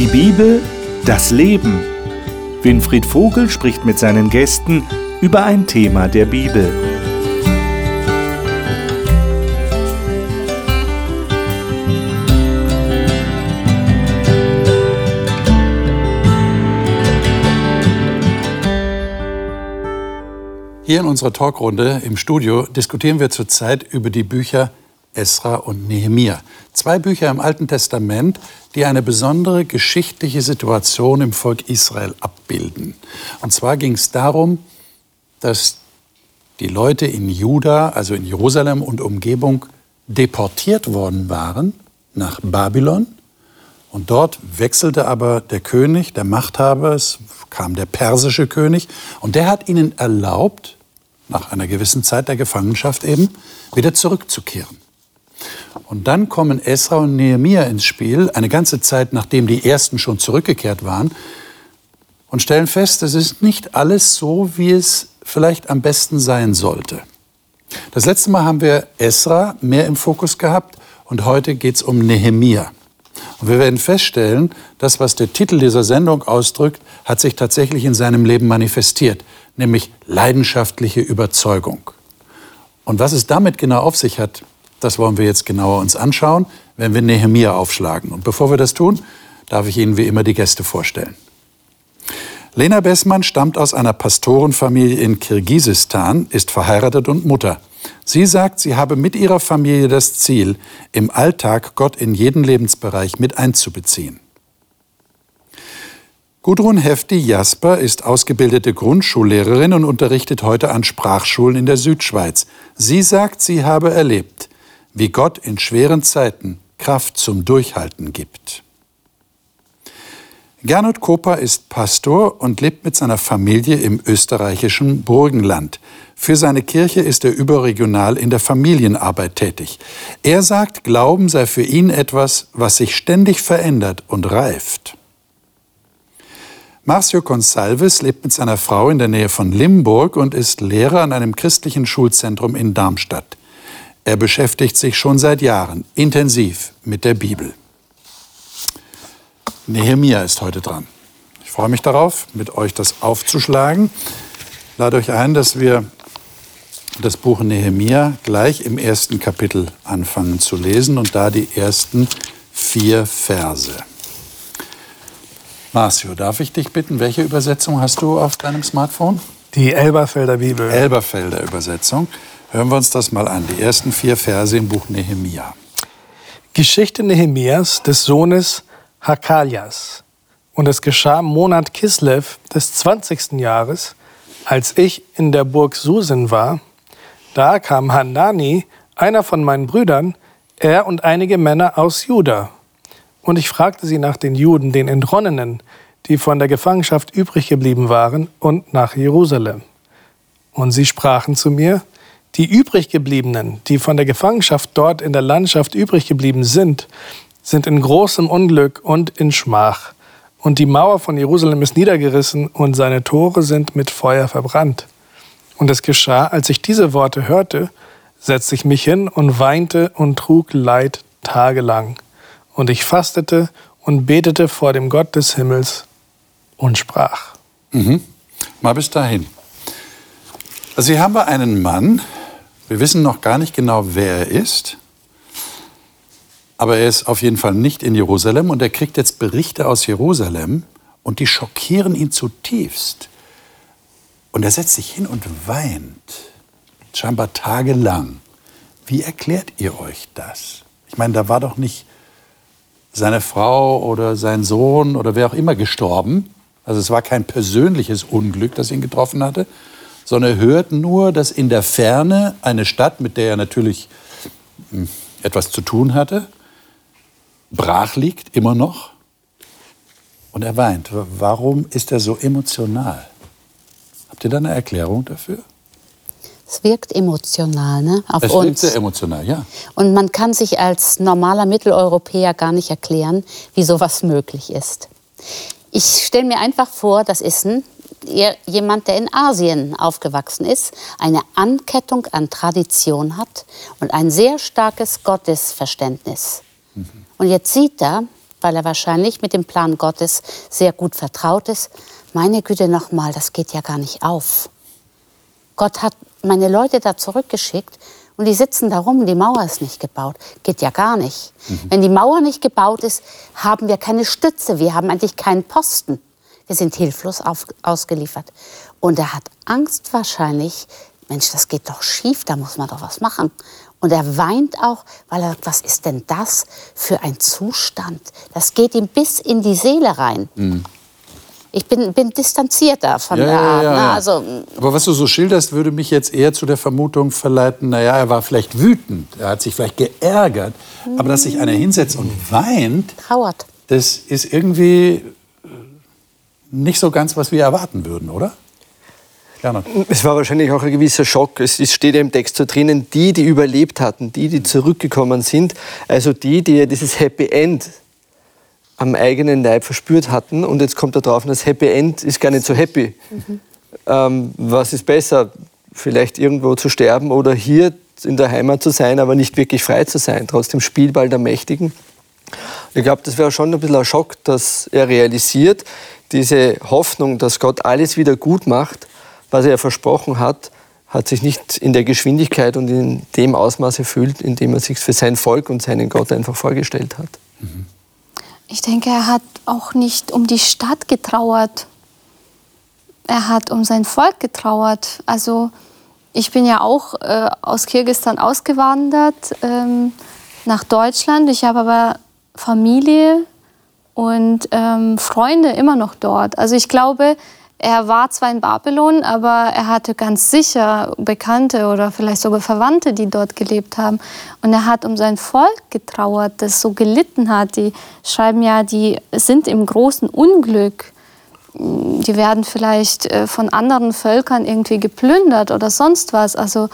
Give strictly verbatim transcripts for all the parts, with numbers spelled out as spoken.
Bibel, das Leben. Winfried Vogel spricht mit seinen Gästen über ein Thema der Bibel. Hier in unserer Talkrunde im Studio diskutieren wir zurzeit über die Bücher Esra und Nehemia. Zwei Bücher im Alten Testament, die eine besondere geschichtliche Situation im Volk Israel abbilden. Und zwar ging es darum, dass die Leute in Juda, also in Jerusalem und Umgebung, deportiert worden waren nach Babylon. Und dort wechselte aber der König, der Machthaber, es kam der persische König, und der hat ihnen erlaubt, nach einer gewissen Zeit der Gefangenschaft eben, wieder zurückzukehren. Und dann kommen Esra und Nehemia ins Spiel, eine ganze Zeit, nachdem die Ersten schon zurückgekehrt waren, und stellen fest, es ist nicht alles so, wie es vielleicht am besten sein sollte. Das letzte Mal haben wir Esra mehr im Fokus gehabt und heute geht es um Nehemia. Und wir werden feststellen, das, was der Titel dieser Sendung ausdrückt, hat sich tatsächlich in seinem Leben manifestiert, nämlich leidenschaftliche Überzeugung. Und was es damit genau auf sich hat, das wollen wir jetzt genauer uns anschauen, wenn wir Nehemia aufschlagen. Und bevor wir das tun, darf ich Ihnen wie immer die Gäste vorstellen. Lena Bessmann stammt aus einer Pastorenfamilie in Kirgisistan, ist verheiratet und Mutter. Sie sagt, sie habe mit ihrer Familie das Ziel, im Alltag Gott in jeden Lebensbereich mit einzubeziehen. Gudrun Hefti-Jasper ist ausgebildete Grundschullehrerin und unterrichtet heute an Sprachschulen in der Südschweiz. Sie sagt, sie habe erlebt, wie Gott in schweren Zeiten Kraft zum Durchhalten gibt. Gernot Koper ist Pastor und lebt mit seiner Familie im österreichischen Burgenland. Für seine Kirche ist er überregional in der Familienarbeit tätig. Er sagt, Glauben sei für ihn etwas, was sich ständig verändert und reift. Marcio Gonçalves lebt mit seiner Frau in der Nähe von Limburg und ist Lehrer an einem christlichen Schulzentrum in Darmstadt. Er beschäftigt sich schon seit Jahren intensiv mit der Bibel. Nehemia ist heute dran. Ich freue mich darauf, mit euch das aufzuschlagen. Ich lade euch ein, dass wir das Buch Nehemia gleich im ersten Kapitel anfangen zu lesen und da die ersten vier Verse. Marcio, darf ich dich bitten, welche Übersetzung hast du auf deinem Smartphone? Die Elberfelder Bibel. Elberfelder Übersetzung. Hören wir uns das mal an, die ersten vier Verse im Buch Nehemia. Geschichte Nehemias, des Sohnes Hakaljas. Und es geschah im Monat Kislev des zwanzigsten Jahres, als ich in der Burg Susen war, da kam Hanani, einer von meinen Brüdern, er und einige Männer aus Juda. Und ich fragte sie nach den Juden, den Entronnenen, die von der Gefangenschaft übrig geblieben waren, und nach Jerusalem. Und sie sprachen zu mir, die übriggebliebenen, die von der Gefangenschaft dort in der Landschaft übrig geblieben sind, sind in großem Unglück und in Schmach. Und die Mauer von Jerusalem ist niedergerissen und seine Tore sind mit Feuer verbrannt. Und es geschah, als ich diese Worte hörte, setzte ich mich hin und weinte und trug Leid tagelang. Und ich fastete und betete vor dem Gott des Himmels und sprach. Mhm. Mal bis dahin. Also hier haben wir einen Mann, wir wissen noch gar nicht genau, wer er ist, aber er ist auf jeden Fall nicht in Jerusalem und er kriegt jetzt Berichte aus Jerusalem und die schockieren ihn zutiefst. Und er setzt sich hin und weint, scheinbar tagelang. Wie erklärt ihr euch das? Ich meine, da war doch nicht seine Frau oder sein Sohn oder wer auch immer gestorben. Also es war kein persönliches Unglück, das ihn getroffen hatte, sondern er hört nur, dass in der Ferne eine Stadt, mit der er natürlich hm, etwas zu tun hatte, brach liegt, immer noch. Und er weint. Warum ist er so emotional? Habt ihr da eine Erklärung dafür? Es wirkt emotional, ne, auf es uns. wirkt sehr emotional, ja. Und man kann sich als normaler Mitteleuropäer gar nicht erklären, wie sowas möglich ist. Ich stelle mir einfach vor, das ist ein, jemand, der in Asien aufgewachsen ist, eine Ankettung an Tradition hat und ein sehr starkes Gottesverständnis. Mhm. Und jetzt sieht er, weil er wahrscheinlich mit dem Plan Gottes sehr gut vertraut ist. Meine Güte, nochmal, das geht ja gar nicht auf. Gott hat meine Leute da zurückgeschickt und die sitzen da rum, die Mauer ist nicht gebaut. Geht ja gar nicht. Mhm. Wenn die Mauer nicht gebaut ist, haben wir keine Stütze, wir haben eigentlich keinen Posten. Wir sind hilflos auf, ausgeliefert. Und er hat Angst wahrscheinlich, Mensch, das geht doch schief, da muss man doch was machen. Und er weint auch, weil er sagt, was ist denn das für ein Zustand? Das geht ihm bis in die Seele rein. Mhm. Ich bin, bin distanzierter von ja, der ja, Art. ja, ja. Also, aber was du so schilderst, würde mich jetzt eher zu der Vermutung verleiten, naja, er war vielleicht wütend, er hat sich vielleicht geärgert, mhm. aber dass sich einer hinsetzt und weint, trauert. Das ist irgendwie nicht so ganz, was wir erwarten würden, oder? Gerne. Es war wahrscheinlich auch ein gewisser Schock. Es steht ja im Text so drinnen, die, die überlebt hatten, die, die zurückgekommen sind, also die, die ja dieses Happy End am eigenen Leib verspürt hatten. Und jetzt kommt da drauf, das Happy End ist gar nicht so happy. Mhm. Ähm, was ist besser? Vielleicht irgendwo zu sterben oder hier in der Heimat zu sein, aber nicht wirklich frei zu sein, trotzdem Spielball der Mächtigen. Ich glaube, das wäre schon ein bisschen ein Schock, dass er realisiert, diese Hoffnung, dass Gott alles wieder gut macht, was er versprochen hat, hat sich nicht in der Geschwindigkeit und in dem Ausmaß erfüllt, in dem er sich für sein Volk und seinen Gott einfach vorgestellt hat. Mhm. Ich denke, er hat auch nicht um die Stadt getrauert. Er hat um sein Volk getrauert. Also ich bin ja auch äh, aus Kirgisistan ausgewandert ähm, nach Deutschland. Ich habe aber Familie und ähm, Freunde immer noch dort. Also ich glaube, er war zwar in Babylon, aber er hatte ganz sicher Bekannte oder vielleicht sogar Verwandte, die dort gelebt haben. Und er hat um sein Volk getrauert, das so gelitten hat. Die schreiben ja, die sind im großen Unglück. Die werden vielleicht von anderen Völkern irgendwie geplündert oder sonst was. Also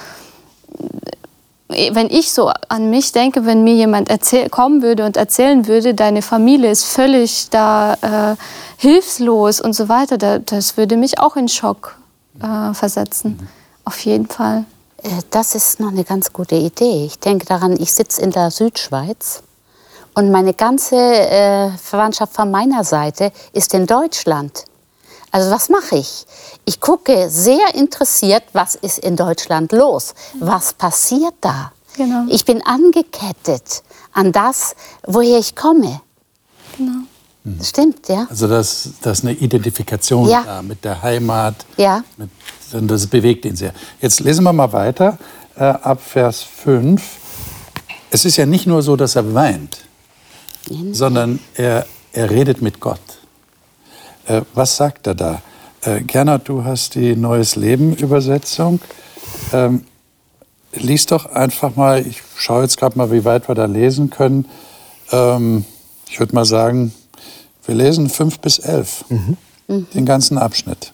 wenn ich so an mich denke, wenn mir jemand erzähl- kommen würde und erzählen würde, deine Familie ist völlig da äh, hilflos und so weiter, da, das würde mich auch in Schock äh, versetzen. Mhm. Auf jeden Fall. Das ist noch eine ganz gute Idee. Ich denke daran, ich sitze in der Südschweiz und meine ganze äh, Verwandtschaft von meiner Seite ist in Deutschland. Also was mache ich? Ich gucke sehr interessiert, was ist in Deutschland los? Was passiert da? Genau. Ich bin angekettet an das, woher ich komme. Genau. Das stimmt, ja. Also das, das ist eine Identifikation ja. da mit der Heimat. Ja. Mit, das bewegt ihn sehr. Jetzt lesen wir mal weiter, äh, ab Vers fünf. Es ist ja nicht nur so, dass er weint, mhm. sondern er, er redet mit Gott. Äh, was sagt er da? Äh, Gernot, du hast die Neues Leben-Übersetzung. Ähm, lies doch einfach mal, ich schaue jetzt gerade mal, wie weit wir da lesen können. Ähm, ich würde mal sagen, wir lesen fünf bis elf, mhm. den ganzen Abschnitt.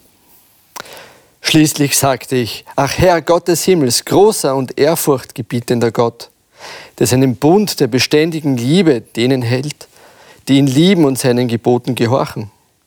Schließlich sagte ich, ach Herr Gott des Himmels, großer und ehrfurchtgebietender Gott, der seinen Bund der beständigen Liebe denen hält, die ihn lieben und seinen Geboten gehorchen.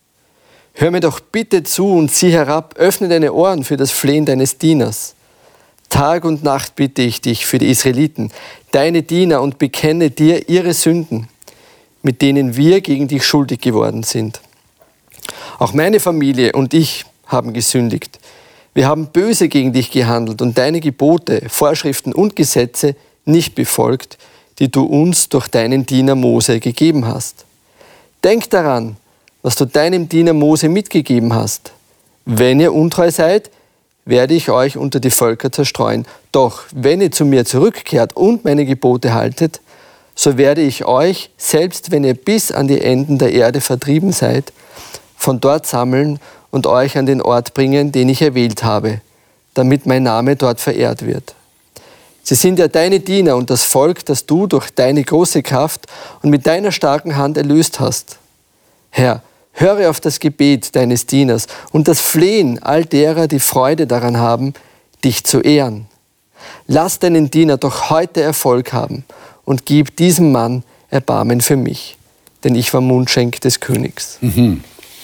Hör mir doch bitte zu und sieh herab, öffne deine Ohren für das Flehen deines Dieners. Tag und Nacht bitte ich dich für die Israeliten, deine Diener, und bekenne dir ihre Sünden, mit denen wir gegen dich schuldig geworden sind. Auch meine Familie und ich haben gesündigt. Wir haben böse gegen dich gehandelt und deine Gebote, Vorschriften und Gesetze nicht befolgt, die du uns durch deinen Diener Mose gegeben hast. Denk daran, was du deinem Diener Mose mitgegeben hast. Wenn ihr untreu seid, werde ich euch unter die Völker zerstreuen. Doch wenn ihr zu mir zurückkehrt und meine Gebote haltet, so werde ich euch, selbst wenn ihr bis an die Enden der Erde vertrieben seid, von dort sammeln und euch an den Ort bringen, den ich erwählt habe, damit mein Name dort verehrt wird. Sie sind ja deine Diener und das Volk, das du durch deine große Kraft und mit deiner starken Hand erlöst hast. Herr, höre auf das Gebet deines Dieners und das Flehen all derer, die Freude daran haben, dich zu ehren. Lass deinen Diener doch heute Erfolg haben und gib diesem Mann Erbarmen für mich, denn ich war Mundschenk des Königs. Mhm.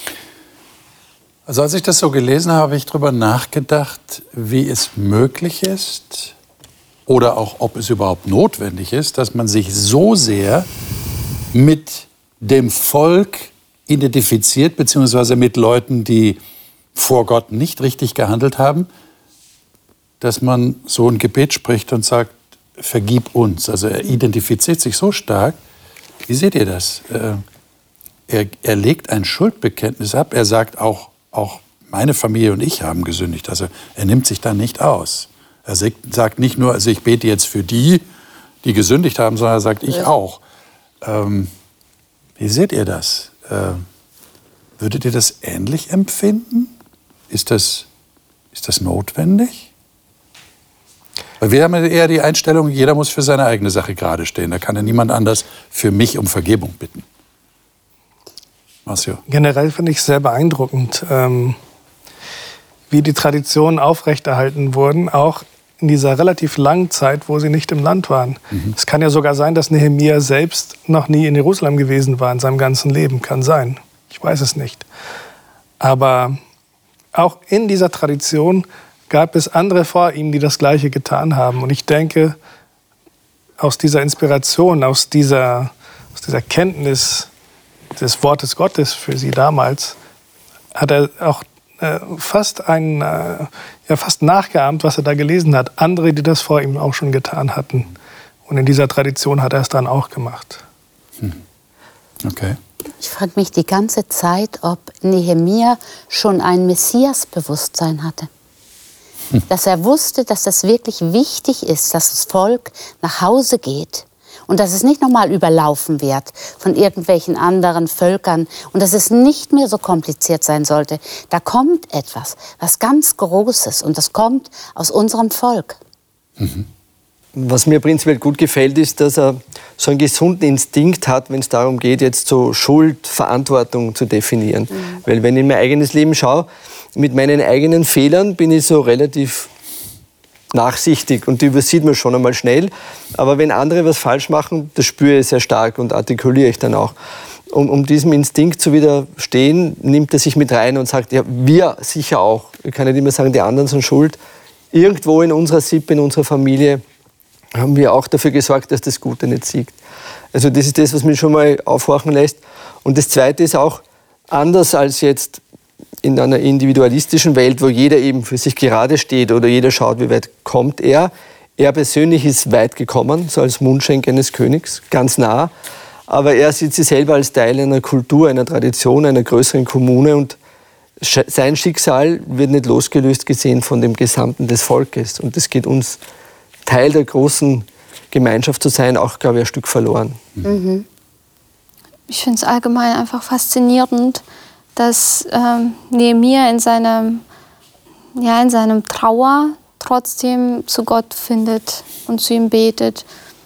Also als ich das so gelesen habe, habe ich darüber nachgedacht, wie es möglich ist oder auch ob es überhaupt notwendig ist, dass man sich so sehr mit dem Volk identifiziert, beziehungsweise mit Leuten, die vor Gott nicht richtig gehandelt haben, dass man so ein Gebet spricht und sagt, vergib uns. Also er identifiziert sich so stark. Wie seht ihr das? Er, er legt ein Schuldbekenntnis ab. Er sagt auch, auch meine Familie und ich haben gesündigt. Also er nimmt sich da nicht aus. Er sagt nicht nur, also ich bete jetzt für die, die gesündigt haben, sondern er sagt, ich ja. auch. Ähm, wie seht ihr das? Äh, würdet ihr das ähnlich empfinden? Ist das, ist das notwendig? Weil wir haben ja eher die Einstellung, jeder muss für seine eigene Sache gerade stehen. Da kann ja niemand anders für mich um Vergebung bitten. Marcio? Generell finde ich es sehr beeindruckend, ähm, wie die Traditionen aufrechterhalten wurden, auch in dieser relativ langen Zeit, wo sie nicht im Land waren. Mhm. Es kann ja sogar sein, dass Nehemia selbst noch nie in Jerusalem gewesen war in seinem ganzen Leben. Kann sein. Ich weiß es nicht. Aber auch in dieser Tradition gab es andere vor ihm, die das Gleiche getan haben. Und ich denke, aus dieser Inspiration, aus dieser, aus dieser Kenntnis des Wortes Gottes für sie damals, hat er auch äh, fast, ein, äh, ja, fast nachgeahmt, was er da gelesen hat. Andere, die das vor ihm auch schon getan hatten. Und in dieser Tradition hat er es dann auch gemacht. Hm. Okay. Ich frage mich die ganze Zeit, ob Nehemia schon ein Messias-Bewusstsein hatte. Hm. Dass er wusste, dass das wirklich wichtig ist, dass das Volk nach Hause geht. Und dass es nicht nochmal überlaufen wird von irgendwelchen anderen Völkern. Und dass es nicht mehr so kompliziert sein sollte. Da kommt etwas, was ganz Großes. Und das kommt aus unserem Volk. Mhm. Was mir prinzipiell gut gefällt, ist, dass er so einen gesunden Instinkt hat, wenn es darum geht, jetzt so Schuld, Verantwortung zu definieren. Mhm. Weil wenn ich in mein eigenes Leben schaue, mit meinen eigenen Fehlern bin ich so relativ nachsichtig und die übersieht man schon einmal schnell. Aber wenn andere was falsch machen, das spüre ich sehr stark und artikuliere ich dann auch. Um, um diesem Instinkt zu widerstehen, nimmt er sich mit rein und sagt, ja, wir sicher auch. Ich kann nicht immer sagen, die anderen sind schuld. Irgendwo in unserer Sippe, in unserer Familie haben wir auch dafür gesorgt, dass das Gute nicht siegt. Also das ist das, was mich schon mal aufhorchen lässt. Und das Zweite ist auch, anders als jetzt in einer individualistischen Welt, wo jeder eben für sich gerade steht oder jeder schaut, wie weit kommt er. Er persönlich ist weit gekommen, so als Mundschenk eines Königs, ganz nah. Aber er sieht sich selber als Teil einer Kultur, einer Tradition, einer größeren Kommune. Und sein Schicksal wird nicht losgelöst gesehen von dem Gesamten des Volkes. Und das geht uns, Teil der großen Gemeinschaft zu sein, auch, glaube ich, ein Stück verloren. Mhm. Ich finde es allgemein einfach faszinierend, dass ähm, Nehemia in seinem, ja, in seinem Trauer trotzdem zu Gott findet und zu ihm betet.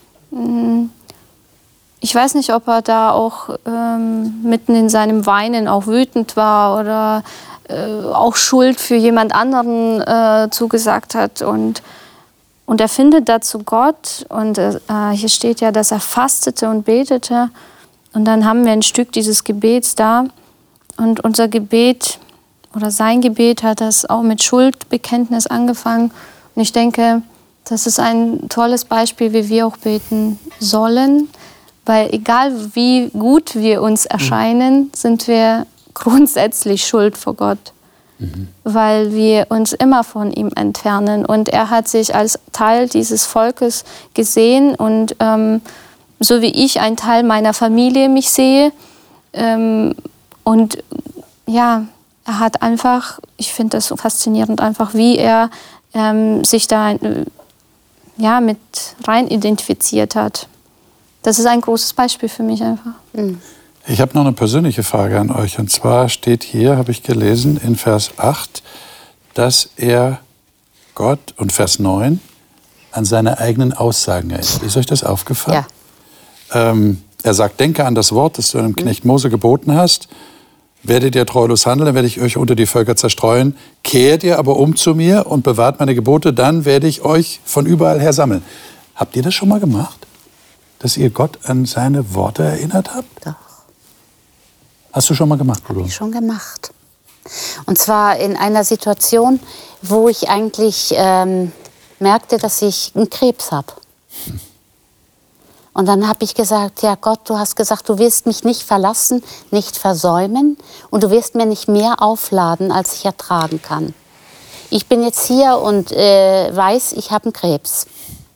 Ich weiß nicht, ob er da auch ähm, mitten in seinem Weinen auch wütend war oder äh, auch Schuld für jemand anderen äh, zugesagt hat. Und, und er findet dazu Gott. Und äh, hier steht ja, dass er fastete und betete. Und dann haben wir ein Stück dieses Gebets da. Und unser Gebet oder sein Gebet hat das auch mit Schuldbekenntnis angefangen. Und ich denke, das ist ein tolles Beispiel, wie wir auch beten sollen. Weil egal wie gut wir uns erscheinen, sind wir grundsätzlich schuld vor Gott. Mhm. Weil wir uns immer von ihm entfernen. Und er hat sich als Teil dieses Volkes gesehen. Und ähm, so wie ich ein Teil meiner Familie mich sehe, ähm, und ja, er hat einfach, ich finde das so faszinierend, einfach wie er ähm, sich da äh, ja, mit rein identifiziert hat. Das ist ein großes Beispiel für mich einfach. Mhm. Ich habe noch eine persönliche Frage an euch. Und zwar steht hier, habe ich gelesen, in Vers acht, dass er Gott, und Vers neun, an seine eigenen Aussagen erinnert. Ist euch das aufgefallen? Ja. Ähm, er sagt, denke an das Wort, das du einem Knecht Mose geboten hast. Werdet ihr treulos handeln, dann werde ich euch unter die Völker zerstreuen. Kehrt ihr aber um zu mir und bewahrt meine Gebote, dann werde ich euch von überall her sammeln. Habt ihr das schon mal gemacht? Dass ihr Gott an seine Worte erinnert habt? Doch. Hast du schon mal gemacht, Bruder? Habe ich schon gemacht. Und zwar in einer Situation, wo ich eigentlich ähm, merkte, dass ich einen Krebs habe. Hm. Und dann habe ich gesagt, ja Gott, du hast gesagt, du wirst mich nicht verlassen, nicht versäumen und du wirst mir nicht mehr aufladen, als ich ertragen kann. Ich bin jetzt hier und äh, weiß, ich habe einen Krebs.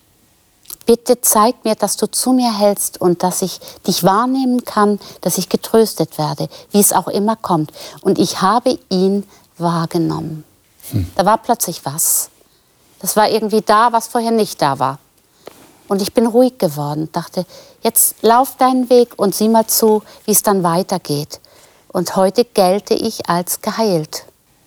Bitte zeig mir, dass du zu mir hältst und dass ich dich wahrnehmen kann, dass ich getröstet werde, wie es auch immer kommt. Und ich habe ihn wahrgenommen. Hm. Da war plötzlich was. Das war irgendwie da, was vorher nicht da war. Und ich bin ruhig geworden, dachte, jetzt lauf deinen Weg und sieh mal zu, wie es dann weitergeht. Und heute gelte ich als geheilt.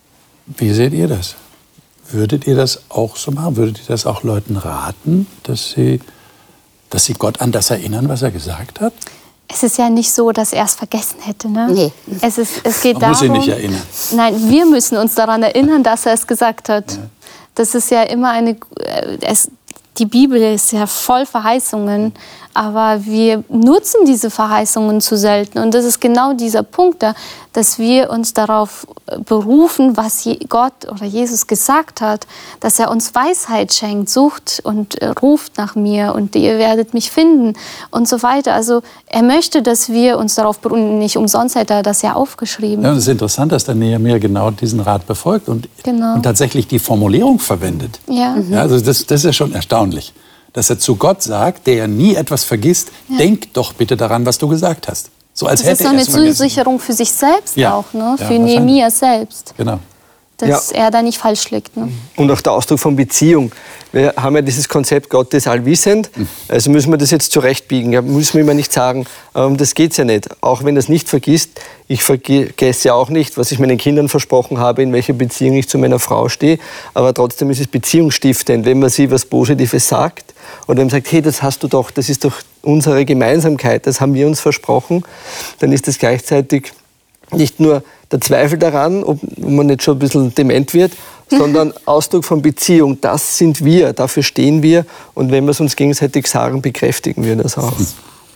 Wie seht ihr das? Würdet ihr das auch so machen? Würdet ihr das auch Leuten raten, dass sie, dass sie Gott an das erinnern, was er gesagt hat? Es ist ja nicht so, dass er es vergessen hätte. Ne? Nee. Es, ist, es geht Man muss darum, ihn nicht erinnern. Nein, wir müssen uns daran erinnern, dass er es gesagt hat. Ja. Das ist ja immer eine... Es, die Bibel ist ja voll Verheißungen, aber wir nutzen diese Verheißungen zu selten. Und das ist genau dieser Punkt, da, dass wir uns darauf berufen, was Gott oder Jesus gesagt hat, dass er uns Weisheit schenkt, sucht und äh, ruft nach mir und ihr werdet mich finden und so weiter. Also er möchte, dass wir uns darauf berufen. Nicht umsonst hat er das ja aufgeschrieben. Ja, und es ist interessant, dass der Nehemia genau diesen Rat befolgt und, genau. und tatsächlich die Formulierung verwendet. Ja. Ja, also das, das ist ja schon erstaunlich, dass er zu Gott sagt, der ja nie etwas vergisst, ja. denk doch bitte daran, was du gesagt hast. So als das hätte ist so eine vergessen. Zusicherung für sich selbst ja. auch, ne? Ja, für Nehemia selbst. Genau. Dass ja. er da nicht falsch liegt. Ne? Und auch der Ausdruck von Beziehung. Wir haben ja dieses Konzept, Gott ist allwissend, also müssen wir das jetzt zurechtbiegen. Ja, müssen wir immer nicht sagen, ähm, das geht's ja nicht. Auch wenn er es nicht vergisst, ich vergesse ja auch nicht, was ich meinen Kindern versprochen habe, in welcher Beziehung ich zu meiner Frau stehe. Aber trotzdem ist es beziehungsstiftend, wenn man sie was Positives sagt oder wenn man sagt, hey, das hast du doch, das ist doch unsere Gemeinsamkeit, das haben wir uns versprochen, dann ist das gleichzeitig nicht nur der Zweifel daran, ob man nicht schon ein bisschen dement wird, sondern Ausdruck von Beziehung. Das sind wir, dafür stehen wir. Und wenn wir es uns gegenseitig sagen, bekräftigen wir das auch.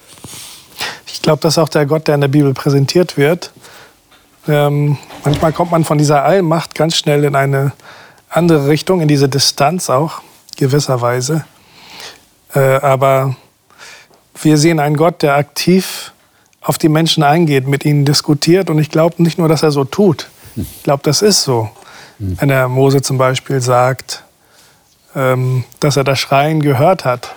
Ich glaube, dass auch der Gott, der in der Bibel präsentiert wird, ähm, manchmal kommt man von dieser Allmacht ganz schnell in eine andere Richtung, in diese Distanz auch, gewisserweise. Äh, aber wir sehen einen Gott, der aktiv auf die Menschen eingeht, mit ihnen diskutiert. Und ich glaube nicht nur, dass er so tut. Ich glaube, das ist so. Mhm. Wenn er Mose zum Beispiel sagt, ähm, dass er das Schreien gehört hat.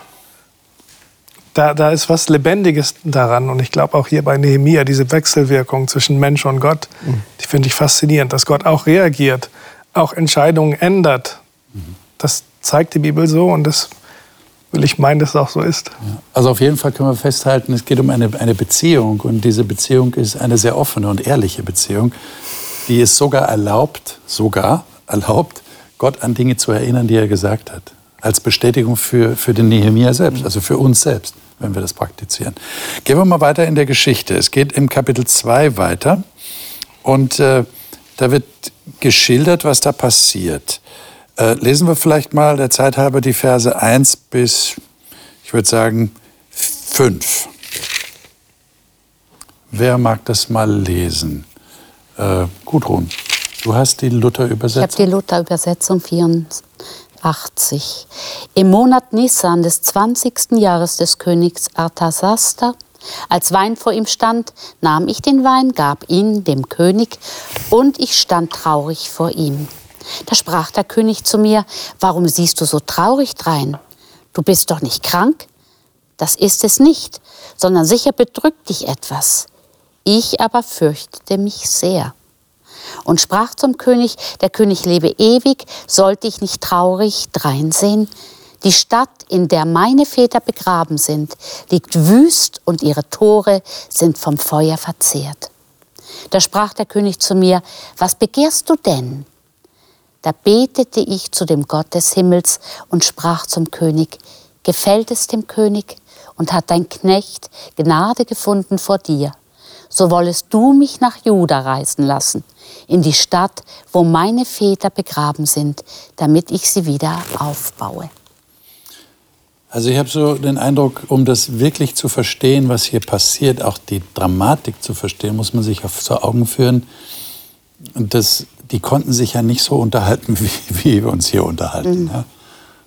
Da, da ist was Lebendiges daran. Und ich glaube auch hier bei Nehemia, diese Wechselwirkung zwischen Mensch und Gott, mhm. die finde ich faszinierend. Dass Gott auch reagiert, auch Entscheidungen ändert. Mhm. Das zeigt die Bibel so und das will ich meinen, dass es auch so ist. Ja. Also auf jeden Fall können wir festhalten, es geht um eine, eine Beziehung. Und diese Beziehung ist eine sehr offene und ehrliche Beziehung, die es sogar erlaubt, sogar erlaubt, Gott an Dinge zu erinnern, die er gesagt hat. Als Bestätigung für, für den Nehemia selbst, also für uns selbst, wenn wir das praktizieren. Gehen wir mal weiter in der Geschichte. Es geht im Kapitel zwei weiter. Und äh, da wird geschildert, was da passiert. Äh, lesen wir vielleicht mal der Zeit halber die Verse eins bis, ich würde sagen, fünf. Wer mag das mal lesen? Äh, Gudrun, du hast die Luther-Übersetzung. Ich habe die Luther-Übersetzung vierundachtzig. Im Monat Nisan des zwanzigsten Jahres des Königs Arthasasta, als Wein vor ihm stand, nahm ich den Wein, gab ihn dem König und ich stand traurig vor ihm. Da sprach der König zu mir, warum siehst du so traurig drein? Du bist doch nicht krank? Das ist es nicht, sondern sicher bedrückt dich etwas. Ich aber fürchtete mich sehr und sprach zum König, der König lebe ewig, sollte ich nicht traurig dreinsehen? Die Stadt, in der meine Väter begraben sind, liegt wüst und ihre Tore sind vom Feuer verzehrt. Da sprach der König zu mir, was begehrst du denn? Da betete ich zu dem Gott des Himmels und sprach zum König, gefällt es dem König und hat dein Knecht Gnade gefunden vor dir, so wollest du mich nach Juda reisen lassen, in die Stadt, wo meine Väter begraben sind, damit ich sie wieder aufbaue. Also ich habe so den Eindruck, um das wirklich zu verstehen, was hier passiert, auch die Dramatik zu verstehen, muss man sich auf vor Augen führen, dass die konnten sich ja nicht so unterhalten, wie, wie wir uns hier unterhalten. Mhm. Ja?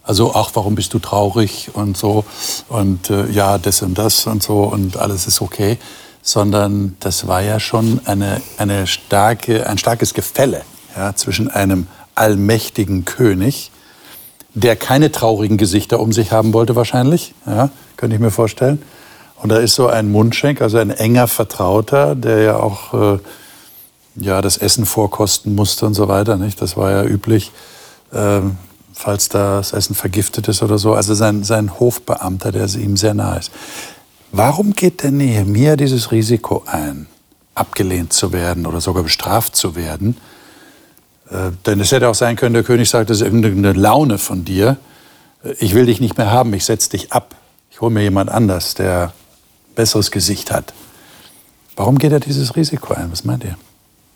Also auch, warum bist du traurig und so und äh, ja, das und das und so und alles ist okay. Sondern das war ja schon eine, eine starke, ein starkes Gefälle, ja, zwischen einem allmächtigen König, der keine traurigen Gesichter um sich haben wollte wahrscheinlich, ja, könnte ich mir vorstellen. Und da ist so ein Mundschenk, also ein enger Vertrauter, der ja auch äh, ja, das Essen vorkosten musste und so weiter. Nicht? Das war ja üblich, äh, falls das Essen vergiftet ist oder so. Also sein, sein Hofbeamter, der ihm sehr nahe ist. Warum geht denn Nehemia dieses Risiko ein, abgelehnt zu werden oder sogar bestraft zu werden? Äh, denn es hätte auch sein können, der König sagt, das ist irgendeine Laune von dir. Ich will dich nicht mehr haben, ich setze dich ab. Ich hole mir jemand anders, der ein besseres Gesicht hat. Warum geht er dieses Risiko ein? Was meint ihr?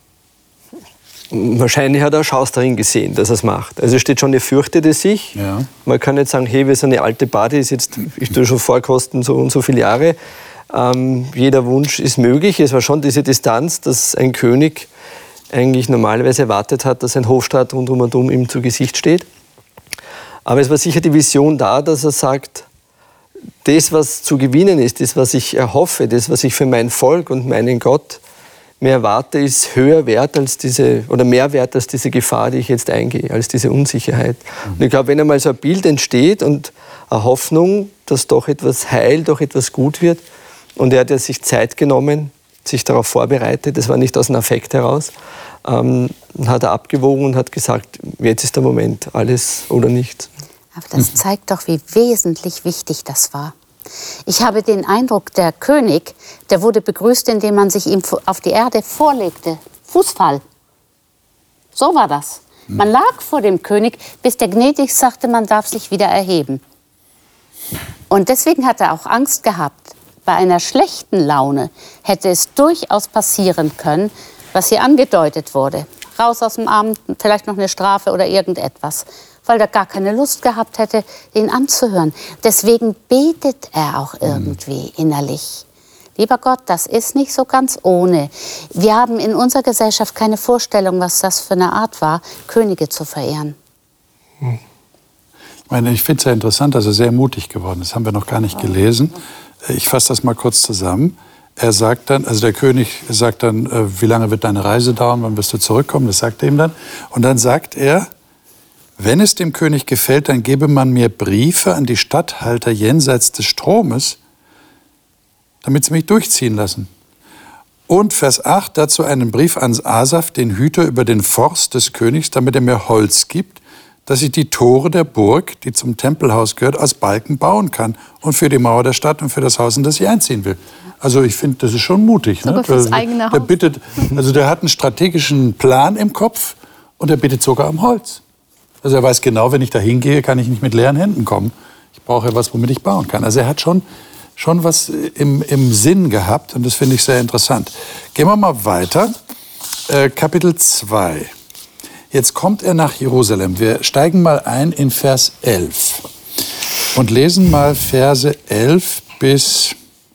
Wahrscheinlich hat er eine Chance darin gesehen, dass er es macht. Also steht schon, er fürchtete sich. Ja. Man kann nicht sagen, hey, wir sind eine alte Party, ist jetzt, ich tue schon vorkosten, so und so viele Jahre. Ähm, jeder Wunsch ist möglich. Es war schon diese Distanz, dass ein König eigentlich normalerweise erwartet hat, dass ein Hofstaat rundum und um ihm zu Gesicht steht. Aber es war sicher die Vision da, dass er sagt, das, was zu gewinnen ist, das, was ich erhoffe, das, was ich für mein Volk und meinen Gott mehr erwarte, ist höher wert als diese, oder mehr wert als diese Gefahr, die ich jetzt eingehe, als diese Unsicherheit. Mhm. Und ich glaube, wenn einmal so ein Bild entsteht und eine Hoffnung, dass doch etwas heil, doch etwas gut wird, und er hat ja sich Zeit genommen, sich darauf vorbereitet, das war nicht aus einem Affekt heraus, ähm, hat er abgewogen und hat gesagt, jetzt ist der Moment, alles oder nichts. Aber das zeigt doch, wie wesentlich wichtig das war. Ich habe den Eindruck, der König, der wurde begrüßt, indem man sich ihm auf die Erde vorlegte. Fußfall. So war das. Man lag vor dem König, bis der gnädig sagte, man darf sich wieder erheben. Und deswegen hat er auch Angst gehabt. Bei einer schlechten Laune hätte es durchaus passieren können, was hier angedeutet wurde. Raus aus dem Amt, vielleicht noch eine Strafe oder irgendetwas. Weil er gar keine Lust gehabt hätte, ihn anzuhören. Deswegen betet er auch irgendwie innerlich. Lieber Gott, das ist nicht so ganz ohne. Wir haben in unserer Gesellschaft keine Vorstellung, was das für eine Art war, Könige zu verehren. Ich meine, ich finde es ja interessant, dass er sehr mutig geworden ist. Das haben wir noch gar nicht gelesen. Ich fasse das mal kurz zusammen. Er sagt dann, also der König sagt dann, wie lange wird deine Reise dauern, wann wirst du zurückkommen? Das sagt er ihm dann. Und dann sagt er, wenn es dem König gefällt, dann gebe man mir Briefe an die Statthalter jenseits des Stromes, damit sie mich durchziehen lassen. Und Vers acht, dazu einen Brief an Asaf, den Hüter über den Forst des Königs, damit er mir Holz gibt, dass ich die Tore der Burg, die zum Tempelhaus gehört, aus Balken bauen kann und für die Mauer der Stadt und für das Haus, in das ich einziehen will. Also ich finde, das ist schon mutig. Sogar ne? fürs der, eigene Haus. Der bittet, also der hat einen strategischen Plan im Kopf und er bittet sogar um Holz. Also er weiß genau, wenn ich da hingehe, kann ich nicht mit leeren Händen kommen. Ich brauche ja was, womit ich bauen kann. Also er hat schon, schon was im, im Sinn gehabt und das finde ich sehr interessant. Gehen wir mal weiter. Äh, Kapitel zwei. Jetzt kommt er nach Jerusalem. Wir steigen mal ein in Vers elf und lesen mal Verse elf bis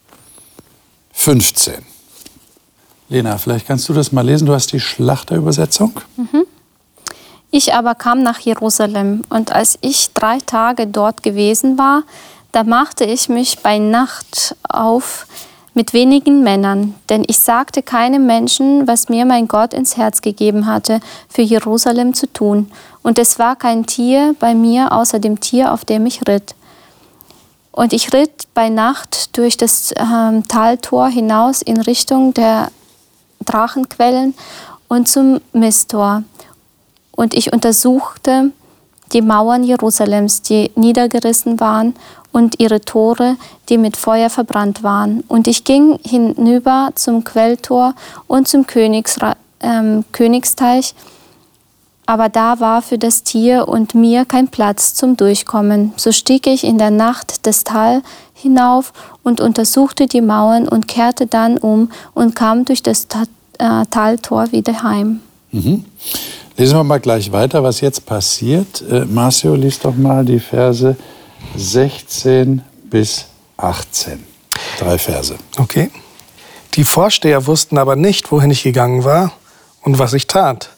fünfzehn. Lena, vielleicht kannst du das mal lesen. Du hast die Schlachterübersetzung. Mhm. Ich aber kam nach Jerusalem, und als ich drei Tage dort gewesen war, da machte ich mich bei Nacht auf mit wenigen Männern, denn ich sagte keinem Menschen, was mir mein Gott ins Herz gegeben hatte, für Jerusalem zu tun. Und es war kein Tier bei mir, außer dem Tier, auf dem ich ritt. Und ich ritt bei Nacht durch das ähm, Taltor hinaus in Richtung der Drachenquellen und zum Misttor. Und ich untersuchte die Mauern Jerusalems, die niedergerissen waren, und ihre Tore, die mit Feuer verbrannt waren. Und ich ging hinüber zum Quelltor und zum Königsra- ähm, Königsteich, aber da war für das Tier und mir kein Platz zum Durchkommen. So stieg ich in der Nacht das Tal hinauf und untersuchte die Mauern und kehrte dann um und kam durch das Ta- äh, Taltor wieder heim. Mhm. Lesen wir mal gleich weiter, was jetzt passiert. Äh, Marcio, lies doch mal die Verse sechzehn bis achtzehn. Drei Verse. Okay. Die Vorsteher wussten aber nicht, wohin ich gegangen war und was ich tat.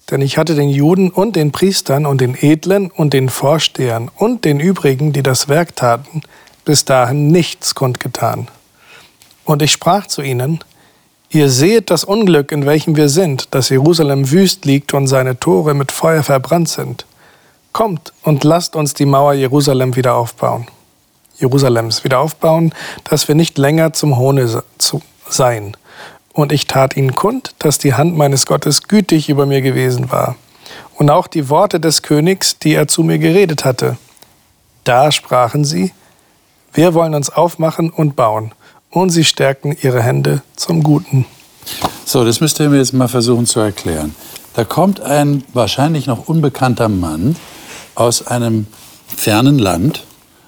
Denn ich hatte den Juden und den Priestern und den Edlen und den Vorstehern und den übrigen, die das Werk taten, bis dahin nichts kundgetan. Und ich sprach zu ihnen: Ihr sehet das Unglück, in welchem wir sind, dass Jerusalem wüst liegt und seine Tore mit Feuer verbrannt sind. Kommt und lasst uns die Mauer Jerusalem wieder aufbauen. Jerusalems wieder aufbauen, dass wir nicht länger zum Hohne seien. Und ich tat ihnen kund, dass die Hand meines Gottes gütig über mir gewesen war. Und auch die Worte des Königs, die er zu mir geredet hatte. Da sprachen sie: Wir wollen uns aufmachen und bauen. Und sie stärkten ihre Hände zum Guten. So, das müsst ihr mir jetzt mal versuchen zu erklären. Da kommt ein wahrscheinlich noch unbekannter Mann aus einem fernen Land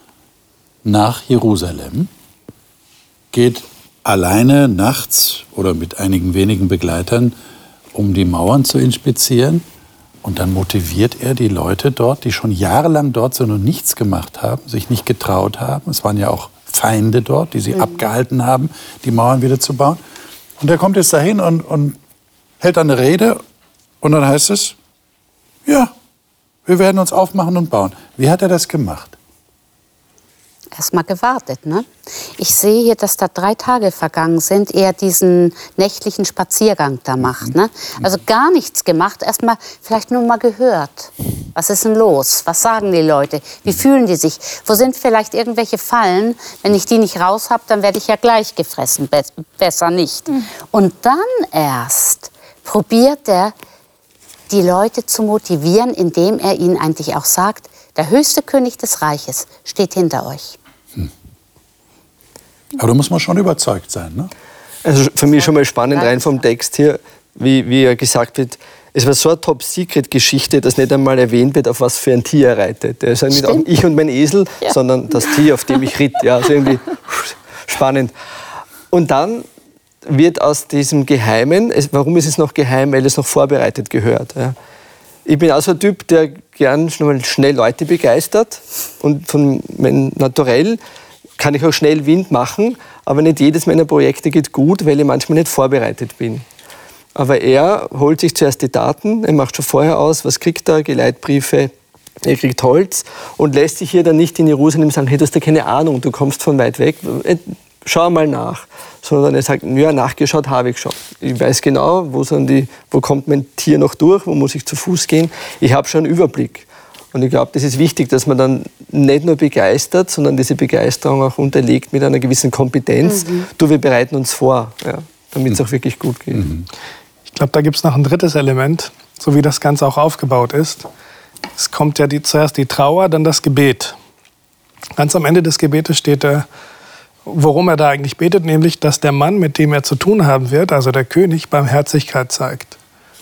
nach Jerusalem, geht alleine nachts oder mit einigen wenigen Begleitern, um die Mauern zu inspizieren. Und dann motiviert er die Leute dort, die schon jahrelang dort sind und nichts gemacht haben, sich nicht getraut haben. Es waren ja auch Feinde dort, die sie mhm. abgehalten haben, die Mauern wieder zu bauen. Und er kommt jetzt dahin und, und hält eine Rede. Und dann heißt es: Ja, wir werden uns aufmachen und bauen. Wie hat er das gemacht? Erst mal gewartet, ne? Ich sehe hier, dass da drei Tage vergangen sind, er diesen nächtlichen Spaziergang da macht, ne? Also gar nichts gemacht, erst mal vielleicht nur mal gehört. Was ist denn los? Was sagen die Leute? Wie fühlen die sich? Wo sind vielleicht irgendwelche Fallen? Wenn ich die nicht raus habe, dann werde ich ja gleich gefressen. Be- besser nicht. Mhm. Und dann erst probiert er, die Leute zu motivieren, indem er ihnen eigentlich auch sagt: Der höchste König des Reiches steht hinter euch. Hm. Aber da muss man schon überzeugt sein, ne? Also für mich schon mal spannend rein vom Text hier, wie, wie ja gesagt wird, es war so eine Top-Secret-Geschichte, dass nicht einmal erwähnt wird, auf was für ein Tier er reitet. Er ist nicht auch ich und mein Esel, ja. sondern das Tier, auf dem ich ritt. Ja, also irgendwie spannend. Und dann wird aus diesem Geheimen, es, warum ist es noch geheim? Weil es noch vorbereitet gehört. Ja. Ich bin auch so ein Typ, der gern schnell Leute begeistert. Und von meinem Naturell kann ich auch schnell Wind machen. Aber nicht jedes meiner Projekte geht gut, weil ich manchmal nicht vorbereitet bin. Aber er holt sich zuerst die Daten, er macht schon vorher aus, was kriegt er, Geleitbriefe, er kriegt Holz und lässt sich hier dann nicht in Jerusalem sagen: Hey, du hast ja keine Ahnung, du kommst von weit weg, schau mal nach. Sondern er sagt: Ja, nachgeschaut habe ich schon. Ich weiß genau, wo, sind die, wo kommt mein Tier noch durch, wo muss ich zu Fuß gehen. Ich habe schon einen Überblick. Und ich glaube, das ist wichtig, dass man dann nicht nur begeistert, sondern diese Begeisterung auch unterlegt mit einer gewissen Kompetenz. Mhm. Du, wir bereiten uns vor, ja, damit es auch wirklich gut geht. Mhm. Ich glaube, da gibt es noch ein drittes Element, so wie das Ganze auch aufgebaut ist. Es kommt ja die, zuerst die Trauer, dann das Gebet. Ganz am Ende des Gebetes steht er, worum er da eigentlich betet, nämlich, dass der Mann, mit dem er zu tun haben wird, also der König, Barmherzigkeit zeigt.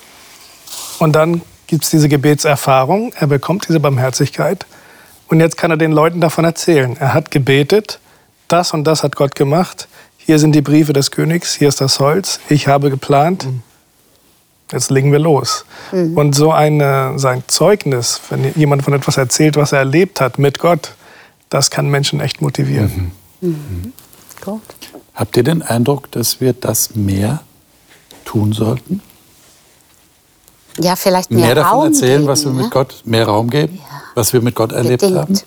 Und dann gibt es diese Gebetserfahrung, er bekommt diese Barmherzigkeit und jetzt kann er den Leuten davon erzählen. Er hat gebetet, das und das hat Gott gemacht, hier sind die Briefe des Königs, hier ist das Holz, ich habe geplant, jetzt legen wir los. Mhm. Und so eine, sein Zeugnis, wenn jemand von etwas erzählt, was er erlebt hat mit Gott, das kann Menschen echt motivieren. Mhm. Mhm. Gut. Habt ihr den Eindruck, dass wir das mehr tun sollten? Ja, vielleicht mehr, mehr davon Raum erzählen, geben, was wir ne? mit Gott, mehr Raum geben, ja. was wir mit Gott erlebt Bedingt. haben?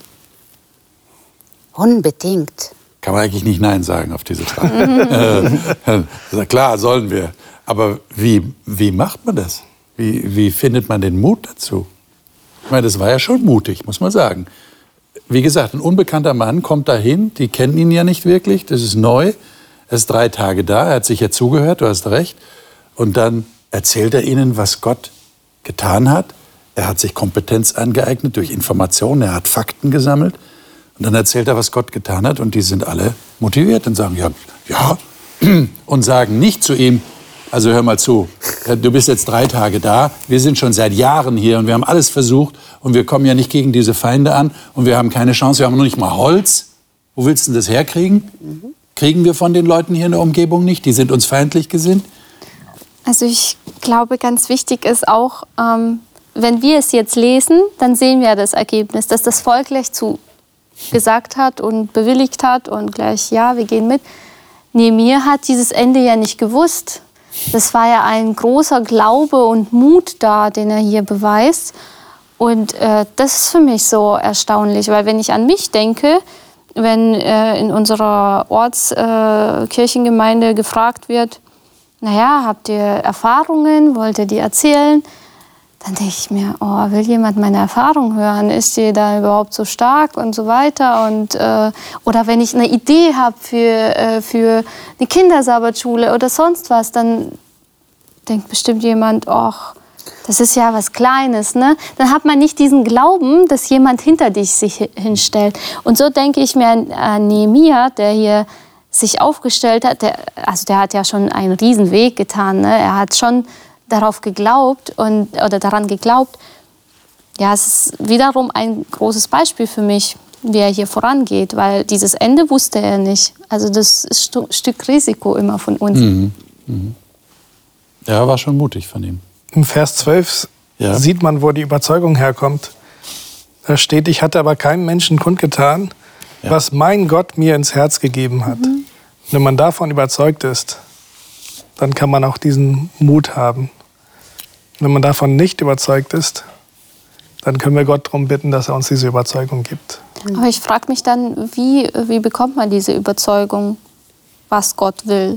Unbedingt. Kann man eigentlich nicht Nein sagen auf diese Frage. äh, klar, sollen wir. Aber wie, wie macht man das? Wie, wie findet man den Mut dazu? Ich meine, das war ja schon mutig, muss man sagen. Wie gesagt, ein unbekannter Mann kommt dahin, die kennen ihn ja nicht wirklich, das ist neu. Er ist drei Tage da, er hat sich ja zugehört, du hast recht. Und dann erzählt er ihnen, was Gott getan hat. Er hat sich Kompetenz angeeignet durch Informationen, er hat Fakten gesammelt. Und dann erzählt er, was Gott getan hat. Und die sind alle motiviert und sagen, ja, ja. Und sagen nicht zu ihm, also hör mal zu, du bist jetzt drei Tage da, wir sind schon seit Jahren hier und wir haben alles versucht und wir kommen ja nicht gegen diese Feinde an und wir haben keine Chance, wir haben noch nicht mal Holz. Wo willst du denn das herkriegen? Mhm. Kriegen wir von den Leuten hier in der Umgebung nicht? Die sind uns feindlich gesinnt. Also ich glaube, ganz wichtig ist auch, ähm, wenn wir es jetzt lesen, dann sehen wir das Ergebnis, dass das Volk gleich zu gesagt hat und bewilligt hat und gleich, ja, wir gehen mit. Nehemia hat dieses Ende ja nicht gewusst. Das war ja ein großer Glaube und Mut da, den er hier beweist. Und äh, das ist für mich so erstaunlich, weil wenn ich an mich denke, wenn äh, in unserer Ortskirchengemeinde äh, gefragt wird, naja, habt ihr Erfahrungen, wollt ihr die erzählen? Dann denke ich mir, oh, will jemand meine Erfahrung hören? Ist die da überhaupt so stark und so weiter? Und, äh, oder wenn ich eine Idee habe für, äh, für eine Kindersabbatschule oder sonst was, dann denkt bestimmt jemand, ach, das ist ja was Kleines. Ne? Dann hat man nicht diesen Glauben, dass jemand hinter dich sich hinstellt. Und so denke ich mir an, an Nehemia, der hier sich aufgestellt hat. Der, also der hat ja schon einen riesen Weg getan. Ne? Er hat schon darauf geglaubt und, oder daran geglaubt. Ja, es ist wiederum ein großes Beispiel für mich, wie er hier vorangeht, weil dieses Ende wusste er nicht. Also das ist ein Stück Risiko immer von uns. Mhm. Mhm. Ja, war schon mutig von ihm. Im Vers zwölf ja. sieht man, wo die Überzeugung herkommt. Da steht, ich hatte aber keinem Menschen kundgetan, ja. was mein Gott mir ins Herz gegeben hat. Mhm. Wenn man davon überzeugt ist, dann kann man auch diesen Mut haben. Wenn man davon nicht überzeugt ist, dann können wir Gott darum bitten, dass er uns diese Überzeugung gibt. Aber ich frage mich dann, wie, wie bekommt man diese Überzeugung, was Gott will?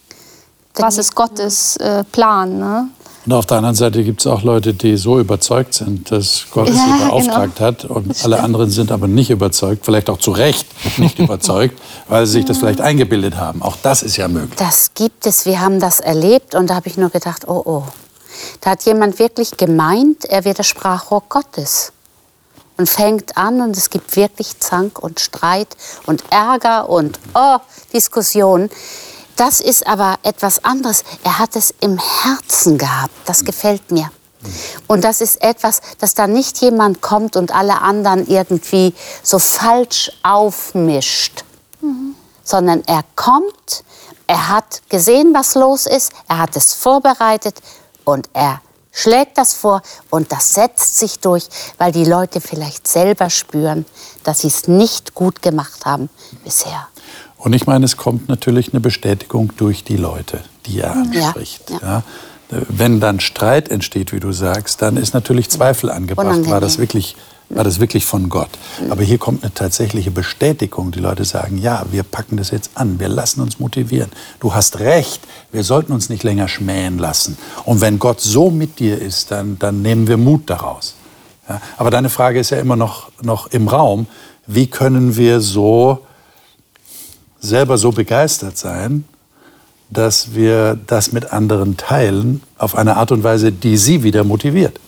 Was ist Gottes äh, Plan? Ne? Und auf der anderen Seite gibt es auch Leute, die so überzeugt sind, dass Gott ja, sie beauftragt genau. hat. Und alle anderen sind aber nicht überzeugt, vielleicht auch zu Recht nicht überzeugt, weil sie sich das vielleicht eingebildet haben. Auch das ist ja möglich. Das gibt es, wir haben das erlebt und da habe ich nur gedacht, oh oh. Da hat jemand wirklich gemeint, er wird das Sprachrohr Gottes. Und fängt an und es gibt wirklich Zank und Streit und Ärger und oh, Diskussionen. Das ist aber etwas anderes. Er hat es im Herzen gehabt. Das gefällt mir. Und das ist etwas, dass da nicht jemand kommt und alle anderen irgendwie so falsch aufmischt. Mhm. Sondern er kommt, er hat gesehen, was los ist, er hat es vorbereitet und er schlägt das vor und das setzt sich durch, weil die Leute vielleicht selber spüren, dass sie es nicht gut gemacht haben bisher. Und ich meine, es kommt natürlich eine Bestätigung durch die Leute, die er anspricht. Ja, ja. Ja. Wenn dann Streit entsteht, wie du sagst, dann ist natürlich Zweifel angebracht. Unangenehm. War das wirklich, war das wirklich von Gott? Mhm. Aber hier kommt eine tatsächliche Bestätigung. Die Leute sagen, ja, wir packen das jetzt an, wir lassen uns motivieren. Du hast recht, wir sollten uns nicht länger schmähen lassen. Und wenn Gott so mit dir ist, dann, dann nehmen wir Mut daraus. Ja. Aber deine Frage ist ja immer noch, noch im Raum. Wie können wir so selber so begeistert sein, dass wir das mit anderen teilen, auf eine Art und Weise, die sie wieder motiviert.